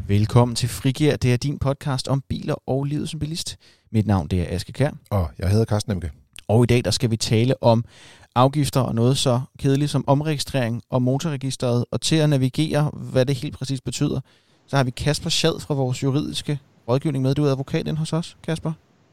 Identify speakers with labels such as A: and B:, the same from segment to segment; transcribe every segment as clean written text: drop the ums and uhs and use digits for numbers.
A: Velkommen til Frigir. Det er din podcast om biler og livet som bilist. Mit navn det er Aske Kjær.
B: Og jeg hedder Carsten Emke.
A: Og i dag der skal vi tale om afgifter og noget så kedeligt som omregistrering og motorregisteret. Og til at navigere, hvad det helt præcis betyder, så har vi Kasper Schad fra vores juridiske rådgivning med. Du er advokat inde hos os, Kasper.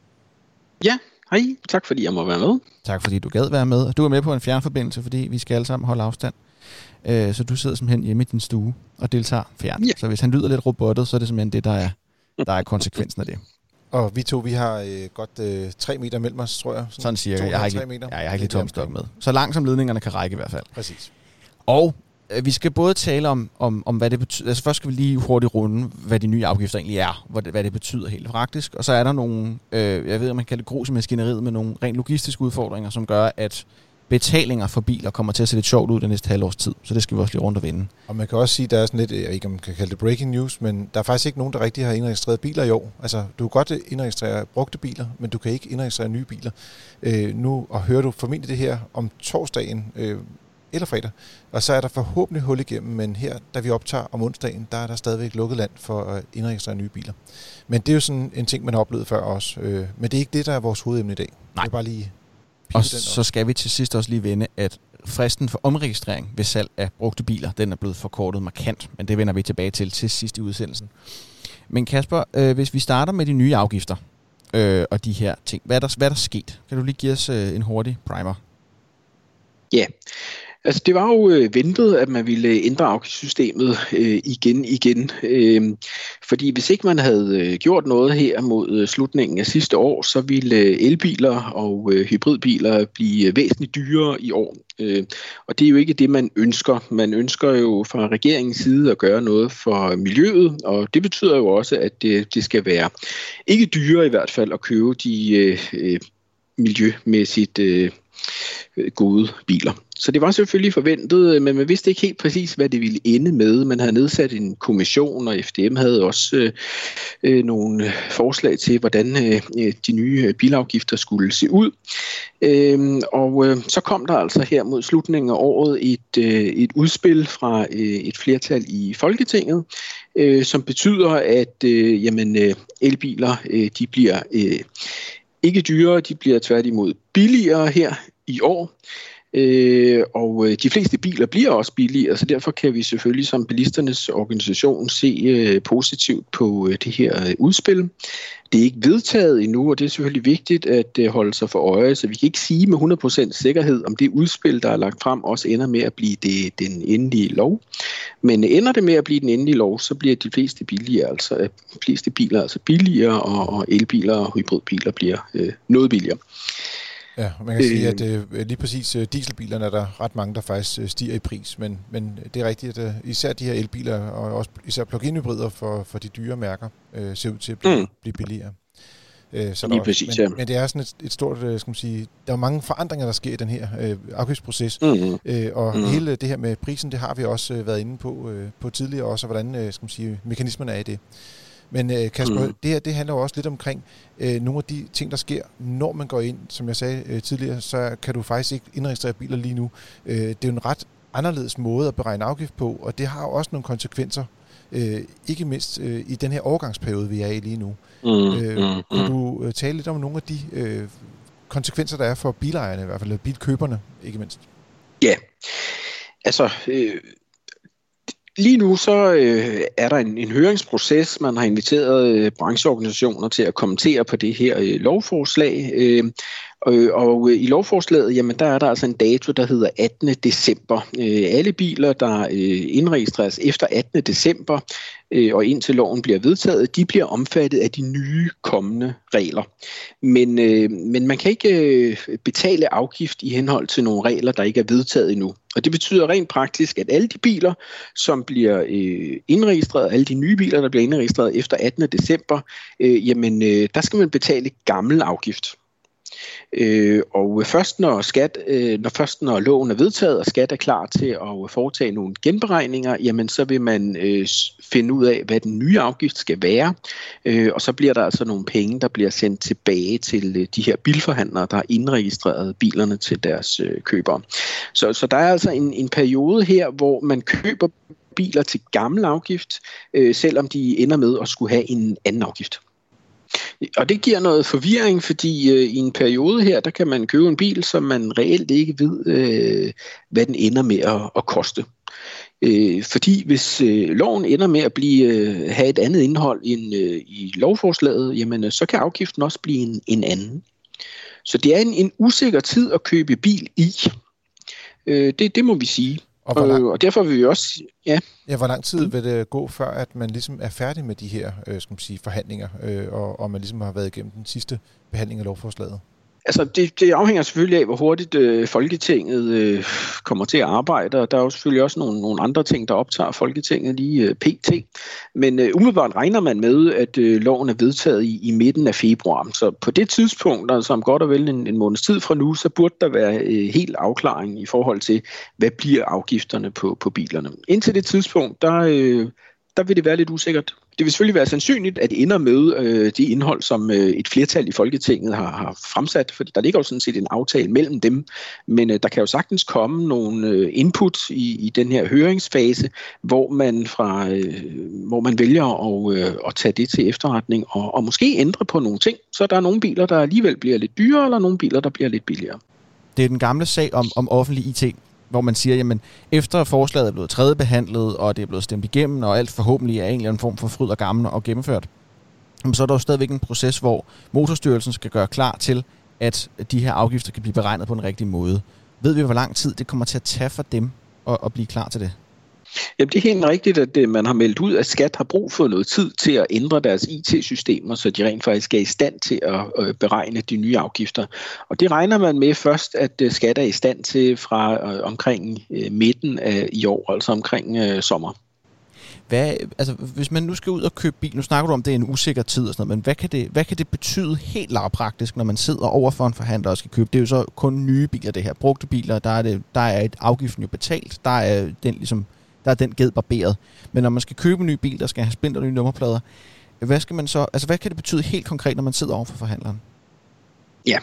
C: Ja, hej. Tak fordi jeg må være med.
A: Tak fordi du gad være med. Du er med på en fjernforbindelse, fordi vi skal alle sammen holde afstand. Så du sidder simpelthen hjemme i din stue og deltager fjern. Ja. Så hvis han lyder lidt robottet, så er det simpelthen det, der er konsekvensen af det.
B: Og vi har godt 3 meter mellem os, tror jeg.
A: Sådan cirka. Jeg har ikke lige tomstok med. Så langt som ledningerne kan række i hvert fald.
B: Præcis.
A: Og vi skal både tale om hvad det betyder. Altså først skal vi lige hurtigt runde, hvad de nye afgifter egentlig er. Hvad det betyder helt praktisk. Og så er der nogle, jeg ved, om man kan kalde det grus i maskineriet, med nogle rent logistiske udfordringer, som gør, at betalinger for biler kommer til at se lidt sjovt ud det næste halvårs tid. Så det skal vi også lige rundt og vende.
B: Og man kan også sige, at der er sådan lidt, jeg ved ikke, om man kan kalde det breaking news, men der er faktisk ikke nogen, der rigtig har indregistreret biler i år. Altså, du kan godt indregistrere brugte biler, men du kan ikke indregistrere nye biler. Nu hører du formentlig det her om torsdagen eller fredag, og så er der forhåbentlig hul igennem, men her, da vi optager om onsdagen, der er der stadigvæk lukket land for at indregistrere nye biler. Men det er jo sådan en ting, man har oplevet før også. Men det er ikke det, der er vores hovedemne i dag.
A: Nej.
B: Det er bare lige.
A: Og så skal vi til sidst også lige vende, at fristen for omregistrering ved salg af brugte biler, den er blevet forkortet markant, men det vender vi tilbage til sidst i udsendelsen. Men Kasper, hvis vi starter med de nye afgifter og de her ting, hvad er der sket? Kan du lige give os en hurtig primer?
C: Ja, altså det var jo ventet, at man ville ændre afgiftssystemet igen. Fordi hvis ikke man havde gjort noget her mod slutningen af sidste år, så ville elbiler og hybridbiler blive væsentligt dyrere i år. Og det er jo ikke det, man ønsker. Man ønsker jo fra regeringens side at gøre noget for miljøet, og det betyder jo også, at det skal være ikke dyrere i hvert fald at købe de miljømæssigt gode biler. Så det var selvfølgelig forventet, men man vidste ikke helt præcis, hvad det ville ende med. Man havde nedsat en kommission, og FDM havde også nogle forslag til, hvordan de nye bilafgifter skulle se ud. Og så kom der altså her mod slutningen af året et udspil fra et flertal i Folketinget, som betyder, at elbiler de bliver ikke dyrere, de bliver tværtimod billigere her i år. Og de fleste biler bliver også billigere, så derfor kan vi selvfølgelig som bilisternes organisation se positivt på det her udspil. Det er ikke vedtaget endnu, og det er selvfølgelig vigtigt at holde sig for øje, så vi kan ikke sige med 100% sikkerhed, om det udspil, der er lagt frem, også ender med at blive den endelige lov. Men ender det med at blive den endelige lov, så bliver de fleste biler altså billigere, og elbiler og hybridbiler bliver noget billigere.
B: Ja, man kan sige, at lige præcis dieselbilerne er der ret mange, der faktisk stiger i pris, men det er rigtigt, at især de her elbiler, og også især plug-in hybrider for de dyre mærker, ser ud til at blive billigere. Så lige præcis, men det er sådan et stort, skal man sige, der er mange forandringer, der sker i den her afgiftsproces, og hele det her med prisen, det har vi også været inde på tidligere også, og hvordan, skal man sige, mekanismerne er i det. Men Kasper, det her det handler jo også lidt omkring nogle af de ting, der sker, når man går ind. Som jeg sagde tidligere, så kan du faktisk ikke indregistrere biler lige nu. Det er jo en ret anderledes måde at beregne afgift på, og det har jo også nogle konsekvenser, ikke mindst i den her overgangsperiode, vi er i lige nu. Kunne du tale lidt om nogle af de konsekvenser, der er for bilejerne, i hvert fald bilkøberne, ikke mindst?
C: Ja, altså lige nu så er der en høringsproces. Man har inviteret brancheorganisationer til at kommentere på det her lovforslag. Og i lovforslaget, jamen der er der altså en dato, der hedder 18. december. Alle biler, der indregistreres efter 18. december, og indtil loven bliver vedtaget, de bliver omfattet af de nye kommende regler. Men man kan ikke betale afgift i henhold til nogle regler, der ikke er vedtaget endnu. Og det betyder rent praktisk, at alle de biler, som bliver indregistreret, alle de nye biler, der bliver indregistreret efter 18. december, der skal man betale gammel afgift. Og først når loven er vedtaget, og skat er klar til at foretage nogle genberegninger, jamen så vil man finde ud af, hvad den nye afgift skal være, og så bliver der altså nogle penge, der bliver sendt tilbage til de her bilforhandlere, der har indregistreret bilerne til deres købere. Så der er altså en periode her, hvor man køber biler til gammel afgift, selvom de ender med at skulle have en anden afgift. Og det giver noget forvirring, fordi i en periode her, der kan man købe en bil, som man reelt ikke ved, hvad den ender med at koste. Fordi hvis loven ender med at have et andet indhold end i lovforslaget, jamen, så kan afgiften også blive en anden. Så det er en usikker tid at købe bil i. Det må vi sige. Og derfor vil vi også... Ja,
B: hvor lang tid vil det gå, før at man ligesom er færdig med de her forhandlinger, og man ligesom har været igennem den sidste behandling af lovforslaget?
C: Altså, det afhænger selvfølgelig af, hvor hurtigt Folketinget kommer til at arbejde, og der er jo selvfølgelig også nogle andre ting, der optager Folketinget lige pt. Men umiddelbart regner man med, at loven er vedtaget i midten af februar. Så på det tidspunkt, altså om godt og vel en måneds tid fra nu, så burde der være helt afklaring i forhold til, hvad bliver afgifterne på bilerne. Indtil det tidspunkt, der vil det være lidt usikkert. Det vil selvfølgelig være sandsynligt, at det ender med de indhold, som et flertal i Folketinget har fremsat, fordi der ligger jo sådan set en aftale mellem dem, men der kan jo sagtens komme nogle input i den her høringsfase, hvor man vælger at tage det til efterretning og måske ændre på nogle ting, så der er nogle biler, der alligevel bliver lidt dyrere, eller nogle biler, der bliver lidt billigere. Det
A: er den gamle sag om offentlig IT, hvor man siger, jamen efter forslaget er blevet tredjebehandlet, og det er blevet stemt igennem, og alt forhåbentlig er en eller anden form for fryd og gammel og gennemført, så er der jo stadigvæk en proces, hvor Motorstyrelsen skal gøre klar til, at de her afgifter kan blive beregnet på en rigtig måde. Ved vi, hvor lang tid det kommer til at tage for dem at blive klar til det?
C: Jamen, det er helt rigtigt, at man har meldt ud, at Skat har brug for noget tid til at ændre deres IT-systemer, så de rent faktisk er i stand til at beregne de nye afgifter. Og det regner man med først, at Skat er i stand til fra omkring midten af i år, altså omkring sommer.
A: Hvis man nu skal ud og købe bil, nu snakker du om, det er en usikker tid og sådan noget, men hvad kan det betyde helt lavpraktisk, når man sidder over for en forhandler og skal købe? Det er jo så kun nye biler, det her. Brugte biler, der er afgiften jo betalt, der er den ged barberet. Men når man skal købe en ny bil, der skal have splinter nye nummerplader, hvad kan det betyde helt konkret, når man sidder over for forhandleren?
C: Ja.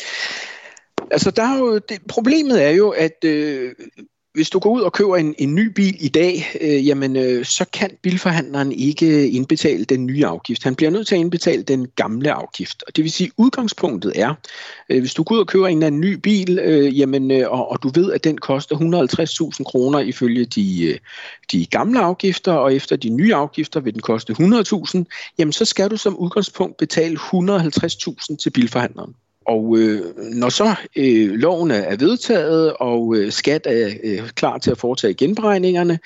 C: Altså, problemet er jo, at hvis du går ud og køber en ny bil i dag, så kan bilforhandleren ikke indbetale den nye afgift. Han bliver nødt til at indbetale den gamle afgift. Og det vil sige, at udgangspunktet er, hvis du går ud og køber en eller anden ny bil, og du ved, at den koster 150.000 kroner ifølge de gamle afgifter, og efter de nye afgifter vil den koste 100.000, jamen så skal du som udgangspunkt betale 150.000 til bilforhandleren. Og når så loven er vedtaget, og Skat er klar til at foretage genberegningerne,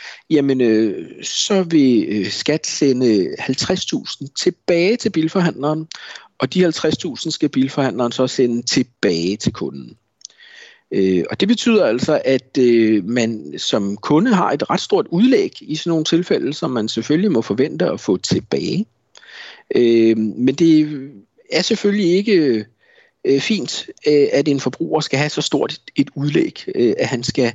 C: så vil Skat sende 50.000 tilbage til bilforhandleren, og de 50.000 skal bilforhandleren så sende tilbage til kunden. Og det betyder altså, at man som kunde har et ret stort udlæg i sådan nogle tilfælde, som man selvfølgelig må forvente at få tilbage. Men det er selvfølgelig ikke fint, at en forbruger skal have så stort et udlæg, at han skal...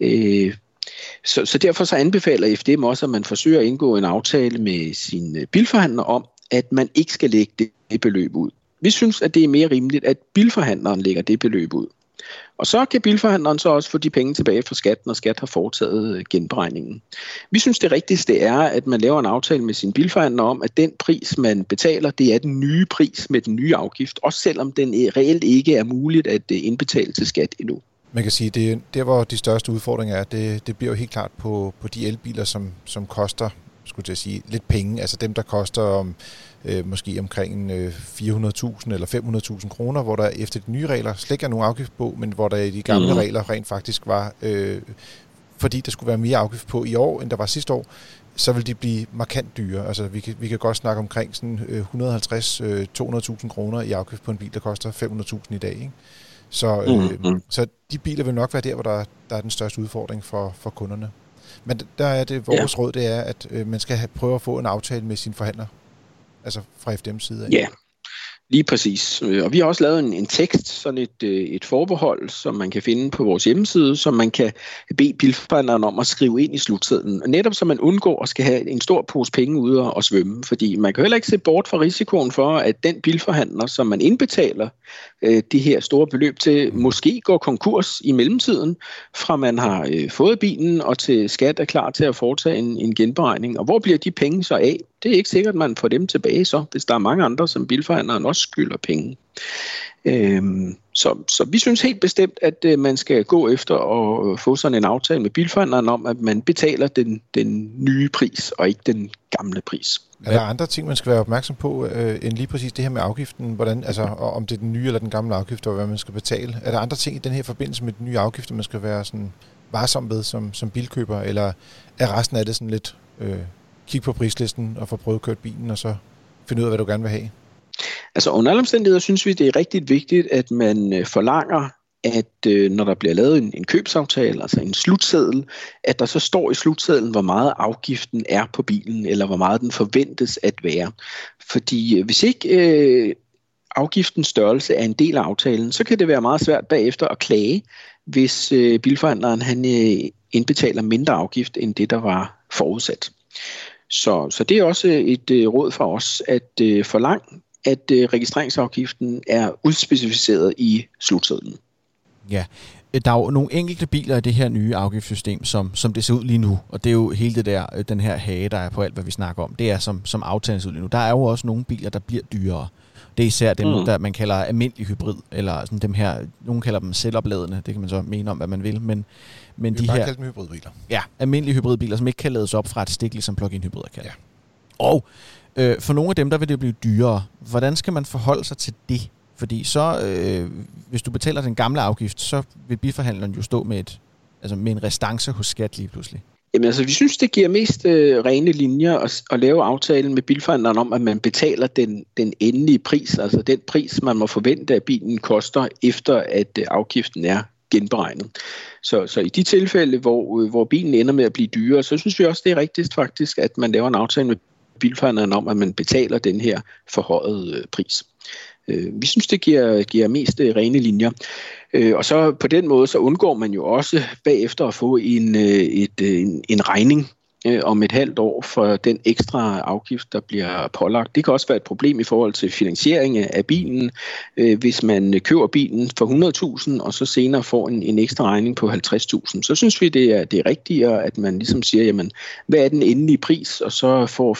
C: Så derfor så anbefaler FDM også, at man forsøger at indgå en aftale med sin bilforhandler om, at man ikke skal lægge det beløb ud. Vi synes, at det er mere rimeligt, at bilforhandleren lægger det beløb ud. Og så kan bilforhandleren så også få de penge tilbage fra Skat, når Skat har foretaget genberegningen. Vi synes, det rigtigste er, at man laver en aftale med sin bilforhandler om, at den pris, man betaler, det er den nye pris med den nye afgift, også selvom den reelt ikke er muligt at indbetale til Skat endnu.
B: Man kan sige, det der hvor de største udfordringer er, det bliver jo helt klart på de elbiler, som koster, skulle jeg sige, lidt penge. Altså dem, der koster måske omkring 400.000 eller 500.000 kroner, hvor der efter de nye regler slet ikke er nogen afgift på, men hvor der i de gamle regler rent faktisk var, fordi der skulle være mere afgift på i år, end der var sidste år, så vil de blive markant dyre. Altså vi kan godt snakke omkring sådan 150-200.000 kroner i afgift på en bil, der koster 500.000 i dag, ikke? Så de biler vil nok være der, hvor der er den største udfordring for kunderne. Men der er det vores råd, det er, at man skal prøve at få en aftale med sin forhandler, altså fra FDM's side af.
C: Ja, Lige præcis. Og vi har også lavet en tekst, sådan et forbehold, som man kan finde på vores hjemmeside, som man kan bede bilforhandleren om at skrive ind i slutsedlen. Netop så man undgår at skal have en stor pose penge ude og svømme. Fordi man kan heller ikke se bort fra risikoen for, at den bilforhandler, som man indbetaler de her store beløb til, måske går konkurs i mellemtiden, fra man har fået bilen og til skat er klar til at foretage en genberegning. Og hvor bliver de penge så af? Det er ikke sikkert, at man får dem tilbage så, hvis der er mange andre, som bilforhandleren også skylder penge. Så vi synes helt bestemt, at man skal gå efter at få sådan en aftale med bilforhandleren om, at man betaler den nye pris og ikke den gamle pris.
B: Er der andre ting, man skal være opmærksom på, end lige præcis det her med afgiften? Hvordan, altså om det er den nye eller den gamle afgift, og hvad man skal betale? Er der andre ting i den her forbindelse med den nye afgift, man skal være sådan varsom ved som bilkøber? Eller er resten af det sådan lidt kig på prislisten og få prøvekørt bilen, og så finde ud af, hvad du gerne vil have?
C: Altså under alle omstændigheder synes vi, det er rigtig vigtigt, at man forlanger, at når der bliver lavet en købsaftale, altså en slutseddel, at der så står i slutsedlen, hvor meget afgiften er på bilen, eller hvor meget den forventes at være. Fordi hvis ikke afgiftens størrelse er en del af aftalen, så kan det være meget svært bagefter at klage, hvis bilforhandleren han indbetaler mindre afgift end det, der var forudsat. Så det er også et råd fra os, at forlang, at registreringsafgiften er udspecificeret i slutsedlen.
A: Ja, der er jo nogle enkelte biler i det her nye afgiftssystem, som det ser ud lige nu, og det er jo hele det der, den her hage, der er på alt, hvad vi snakker om. Det er som aftalen ser ud lige nu. Der er jo også nogle biler, der bliver dyrere. Det er især dem, der man kalder almindelig hybrid, eller sådan dem her, nogen kalder dem selvopladende, det kan man så mene om, hvad man vil, men de her...
B: kalde dem hybridbiler.
A: Ja, almindelige hybridbiler, som ikke kan lades op fra et stik, ligesom plug-in hybrider kan. Ja. Og for nogle af dem, der vil det blive dyrere. Hvordan skal man forholde sig til det? Fordi så, hvis du betaler den gamle afgift, så vil bilforhandleren jo stå med en restance hos skat lige pludselig.
C: Jamen altså, vi synes, det giver mest rene linjer at lave aftalen med bilforhandleren om, at man betaler den endelige pris, altså den pris, man må forvente, at bilen koster, efter at afgiften er genberegnet. Så i de tilfælde, hvor bilen ender med at blive dyrere, så synes vi også, det er rigtigt faktisk, at man laver en aftale med bilforhandleren om, at man betaler den her forhøjede pris. Vi synes, det giver mest rene linjer. Og så på den måde, så undgår man jo også bagefter at få en regning om et halvt år for den ekstra afgift, der bliver pålagt. Det kan også være et problem i forhold til finansiering af bilen, hvis man køber bilen for 100.000 og så senere får en ekstra regning på 50.000. Så synes vi, det er rigtigere, at man ligesom siger, jamen, hvad er den endelige pris, og så får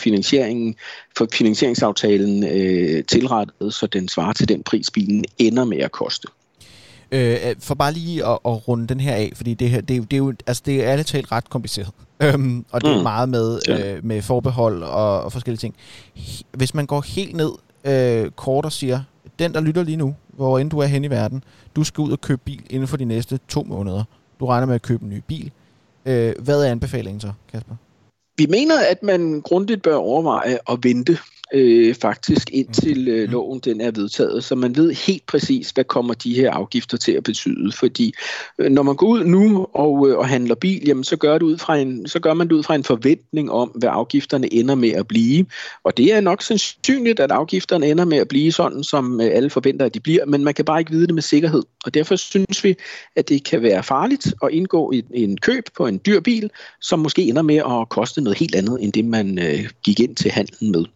C: finansieringsaftalen tilrettet, så den svarer til den pris, bilen ender med at koste.
A: For bare lige at runde den her af, fordi det er jo altså det er ærligt talt ret kompliceret. Og det er meget med forbehold og forskellige ting. Hvis man går helt ned kort og siger, den der lytter lige nu, hvor end du er hen i verden, du skal ud og købe bil inden for de næste 2 måneder. Du regner med at købe en ny bil. Hvad er anbefalingen så, Kasper?
C: Vi mener, at man grundigt bør overveje at vente faktisk indtil loven den er vedtaget, så man ved helt præcis, hvad kommer de her afgifter til at betyde. Fordi når man går ud nu og handler bil, jamen, så gør man det ud fra en forventning om, hvad afgifterne ender med at blive. Og det er nok sandsynligt, at afgifterne ender med at blive sådan, som alle forventer, at de bliver, men man kan bare ikke vide det med sikkerhed. Og derfor synes vi, at det kan være farligt at indgå i en køb på en dyr bil, som måske ender med at koste noget helt andet, end det man gik ind til handlen med.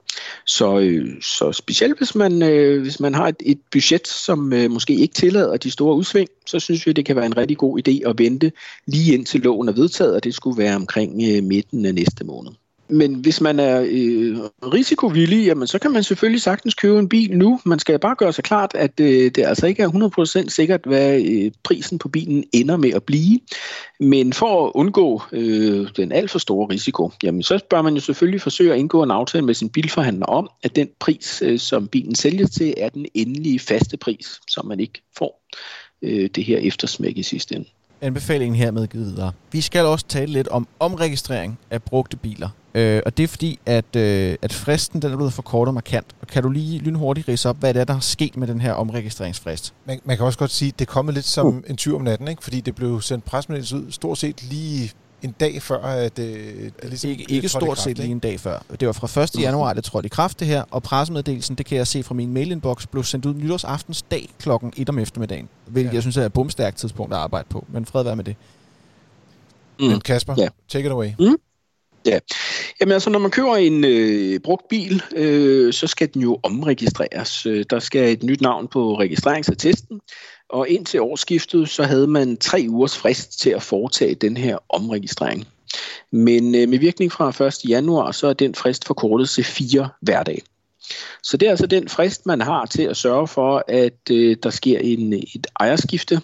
C: Så specielt hvis man har et budget, som måske ikke tillader de store udsving, så synes vi, det kan være en rigtig god idé at vente lige indtil loven er vedtaget, og det skulle være omkring midten af næste måned. Men hvis man er risikovillig, jamen, så kan man selvfølgelig sagtens købe en bil nu. Man skal bare gøre sig klart, at det altså ikke er 100% sikkert, hvad prisen på bilen ender med at blive. Men for at undgå den alt for store risiko, jamen, så bør man jo selvfølgelig forsøge at indgå en aftale med sin bilforhandler om, at den pris, som bilen sælges til, er den endelige faste pris, som man ikke får det her eftersmæk i sidste ende.
A: Anbefalingen hermed givet videre. Vi skal også tale lidt om omregistrering af brugte biler. Og det er fordi, at fristen den er blevet forkortet markant. Og kan du lige lynhurtigt ridse op, hvad det er, der er sket med den her omregistreringsfrist?
B: Man kan også godt sige, at det er kommet lidt som en tyv om natten, ikke? Fordi det blev sendt pressemeddelelse ud stort set lige en dag før, at det ligesom...
A: Ikke stort set lige en dag før. Det var fra 1. januar, det trådte i kraft det her, og pressemeddelelsen, det kan jeg se fra min mailinbox, blev sendt ud nytårsaftensdag klokken 1 om eftermiddagen, hvilket jeg synes er et bomstærkt tidspunkt at arbejde på. Men fred være med det.
B: Men Kasper, take it away.
C: Ja, jamen altså, når man køber en brugt bil, så skal den jo omregistreres. Der skal et nyt navn på registreringsattesten, og indtil årsskiftet, så havde man 3 ugers frist til at foretage den her omregistrering. Men med virkning fra 1. januar, så er den frist forkortet til 4 hverdage. Så det er altså den frist, man har til at sørge for, at der sker et ejerskifte,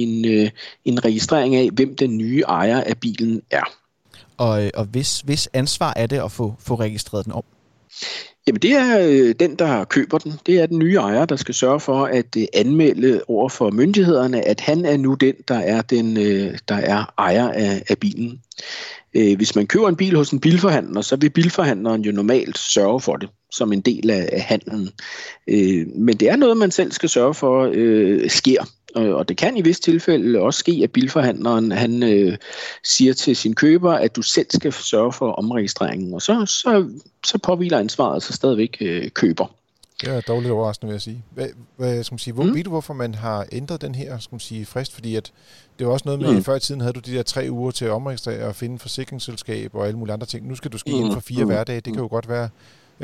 C: en registrering af, hvem den nye ejer af bilen er.
A: Og hvis ansvar er det at få registreret den om?
C: Jamen det er den, der køber den. Det er den nye ejer, der skal sørge for at anmelde over for myndighederne, at han er nu den, der er ejer af bilen. Hvis man køber en bil hos en bilforhandler, så vil bilforhandleren jo normalt sørge for det som en del af handlen. Men det er noget, man selv skal sørge for sker. Og det kan i visse tilfælde også ske, at bilforhandleren han siger til sin køber, at du selv skal sørge for omregistreringen. Og så påhviler ansvaret så stadigvæk køber.
B: Det er dog lidt overraskende, vil jeg sige. Ved du, hvorfor man har ændret den her frist? Fordi at det var også noget med, før i tiden havde du de der 3 uger til at omregistrere og finde forsikringsselskab og alle mulige andre ting. Nu skal du ske inden for 4 hverdage. Det kan jo godt være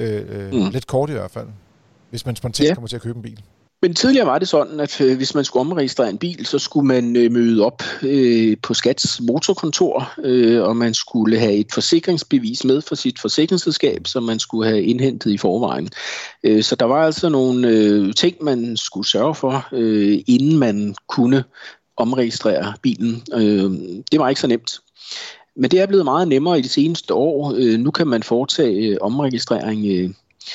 B: lidt kort i hvert fald, hvis man spontant kommer til at købe en bil.
C: Men tidligere var det sådan, at hvis man skulle omregistrere en bil, så skulle man møde op på Skats motorkontor, og man skulle have et forsikringsbevis med for sit forsikringsselskab, som man skulle have indhentet i forvejen. Så der var altså nogle ting, man skulle sørge for, inden man kunne omregistrere bilen. Det var ikke så nemt. Men det er blevet meget nemmere i de seneste år. Nu kan man foretage omregistrering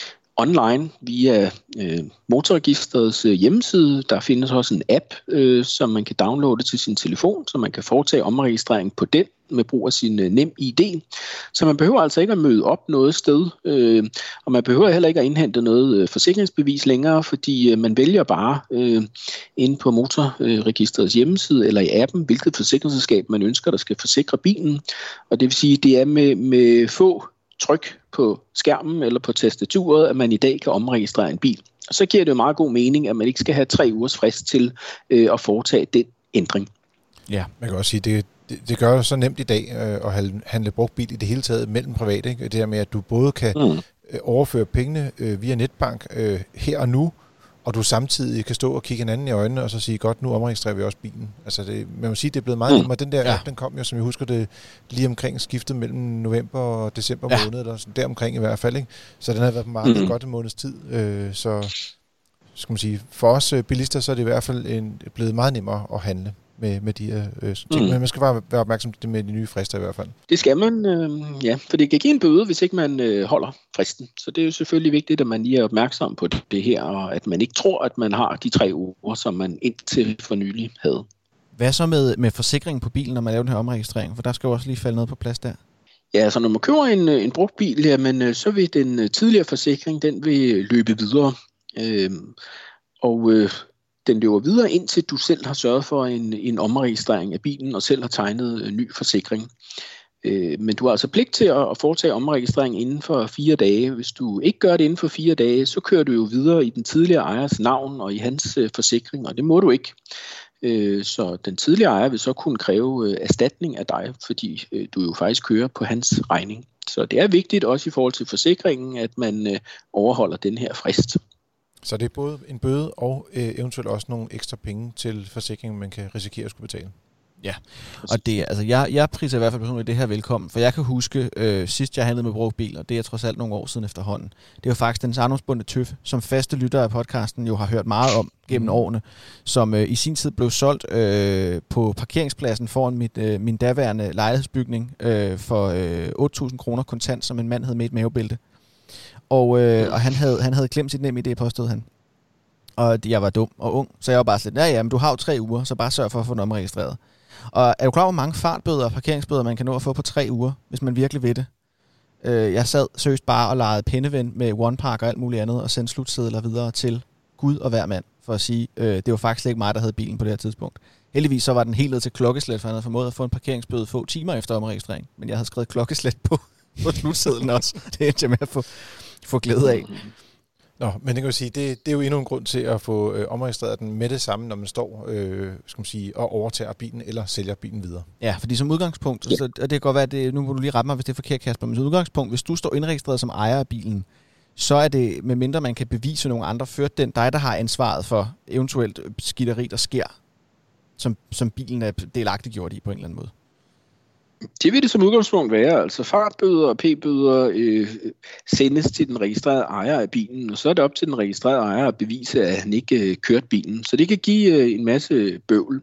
C: online via Motorregisterets hjemmeside. Der findes også en app, som man kan downloade til sin telefon, så man kan foretage omregistrering på den med brug af sin NemID. Så man behøver altså ikke at møde op noget sted, og man behøver heller ikke at indhente noget forsikringsbevis længere, fordi man vælger bare inde på Motorregisterets hjemmeside eller i appen, hvilket forsikringsselskab man ønsker, der skal forsikre bilen. Og det vil sige, det er med få tryk på skærmen eller på tastaturet, at man i dag kan omregistrere en bil. Og så giver det jo meget god mening, at man ikke skal have 3 ugers frist til at foretage den ændring.
B: Ja, man kan også sige, det gør det så nemt i dag at handle brugt bil i det hele taget mellem private. Ikke? Det her med, at du både kan overføre pengene via netbank her og nu, og du samtidig kan stå og kigge hinanden i øjnene og så sige, godt, nu omregistrerer vi også bilen. Altså man må sige, det er blevet meget nemmere. Den der app, den kom jo, som jeg husker det, lige omkring skiftet mellem november og december måned, eller sådan deromkring i hvert fald. Ikke? Så den har været på markedet godt en måneds tid. Så skal man sige, for os bilister, så er det i hvert fald blevet meget nemmere at handle med de her ting. Men man skal bare være opmærksom på det med de nye frister i hvert fald.
C: Det skal man, for det kan give en bøde, hvis ikke man holder fristen. Så det er jo selvfølgelig vigtigt, at man lige er opmærksom på det her, og at man ikke tror, at man har de 3 uger, som man indtil for nylig havde.
A: Hvad så med forsikringen på bilen, når man laver den her omregistrering? For der skal jo også lige falde noget på plads der.
C: Ja, altså når man køber en brugt bil, jamen, så vil den tidligere forsikring, den vil løbe videre. Den løber videre, indtil du selv har sørget for en omregistrering af bilen, og selv har tegnet en ny forsikring. Men du har altså pligt til at foretage omregistrering inden for 4 dage. Hvis du ikke gør det inden for 4 dage, så kører du jo videre i den tidligere ejers navn og i hans forsikring, og det må du ikke. Så den tidligere ejer vil så kunne kræve erstatning af dig, fordi du jo faktisk kører på hans regning. Så det er vigtigt også i forhold til forsikringen, at man overholder den her frist.
B: Så det er både en bøde og eventuelt også nogle ekstra penge til forsikringen, man kan risikere at skulle betale.
A: Ja, og det, altså jeg priser i hvert fald personligt det her velkommen, for jeg kan huske sidst jeg handlede med brugt bil, og det er trods alt nogle år siden efterhånden. Det var faktisk den ejendomsbundne Tøf, som faste lyttere af podcasten jo har hørt meget om gennem årene, som i sin tid blev solgt på parkeringspladsen foran min daværende lejlighedsbygning for 8.000 kroner kontant, som en mand havde med et mavebælte. Og han havde glemt sit NemID, påstod han. Og jeg var dum og ung, så jeg var bare sådan, men du har jo 3 uger, så bare sørg for at få den omregistreret. Og er du klar over, hvor mange fartbøder og parkeringsbøder, man kan nå at få på 3 uger, hvis man virkelig vil det? Jeg sad seriøst bare og legede pindeven med OnePark og alt muligt andet, og sendte slutsedler videre til Gud og hver mand, for at sige, det var faktisk ikke mig, der havde bilen på det her tidspunkt. Heldigvis så var den helt ned til klokkeslæt, for han havde formået at få en parkeringsbøde få timer efter omregistrering. Men jeg havde skrevet klokkeslæt på slutsedlen også. Det endte jeg med at få glæde af.
B: Nå, men det kan jo sige, det er jo endnu en grund til at få omregistreret den med det samme, når man står skal man sige, og overtager bilen eller sælger bilen videre. Ja,
A: fordi som udgangspunkt, så, og det kan godt være, at nu må du lige rette mig, hvis det er forkert, Kasper, men som udgangspunkt, hvis du står indregistreret som ejer af bilen, så er det, medmindre man kan bevise, at nogle andre ført den, dig, der har ansvaret for eventuelt skitteri, der sker, som bilen er delagtiggjort i på en eller anden måde.
C: Det vil det som udgangspunkt være. Altså fartbøder og p-bøder sendes til den registrerede ejer af bilen, og så er det op til den registrerede ejer at bevise, at han ikke kørte bilen. Så det kan give en masse bøvl.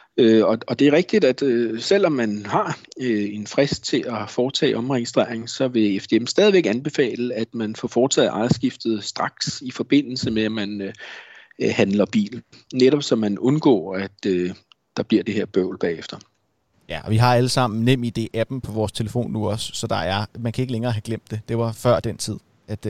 C: Og det er rigtigt, at selvom man har en frist til at foretage omregistrering, så vil FDM stadigvæk anbefale, at man får foretaget ejerskiftet straks i forbindelse med, at man handler bil. Netop så man undgår, at der bliver det her bøvl bagefter.
A: Ja, og vi har alle sammen NemID-appen på vores telefon nu også, så man kan ikke længere have glemt det. Det var før den tid,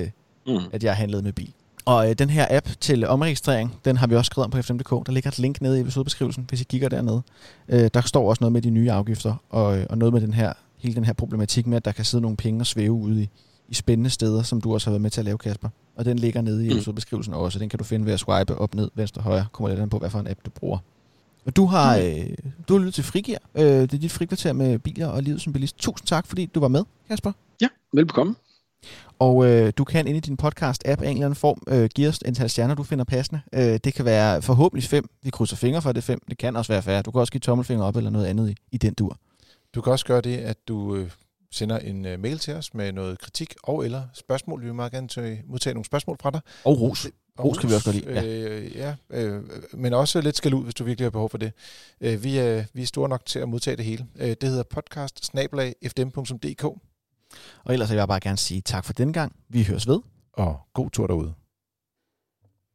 A: at jeg handlede med bil. Og den her app til omregistrering, den har vi også skrevet om på FDM.dk. Der ligger et link nede i episodebeskrivelsen, hvis I kigger dernede. Der står også noget med de nye afgifter, og noget med hele den her problematik med, at der kan sidde nogle penge og svæve ude i spændende steder, som du også har været med til at lave, Kasper. Og den ligger nede i episodebeskrivelsen også. Den kan du finde ved at swipe op, ned, venstre, højre. Kommer lidt an på, hvad for en app du bruger. Og du har lyttet til Frigir. Det er dit frikvarter med biler og livet som bilist. Tusind tak, fordi du var med, Kasper.
C: Ja, velbekomme.
A: Og du kan inde i din podcast-app af en eller anden form give os antal stjerner, du finder passende. Det kan være forhåbentlig 5. Vi krydser fingre for det 5. Det kan også være færre. Du kan også give tommelfinger op eller noget andet i den dur.
B: Du kan også gøre det, at du sender en mail til os med noget kritik og eller spørgsmål. Vi vil meget gerne modtage nogle spørgsmål fra dig.
A: Og ros. Ros kan vi også godt lide.
B: Men også lidt skal ud, hvis du virkelig har behov for det. Vi er store nok til at modtage det hele. Det hedder podcast@fdm.dk.
A: Og ellers vil jeg bare gerne sige tak for denne gang. Vi høres ved.
B: Og god tur derude.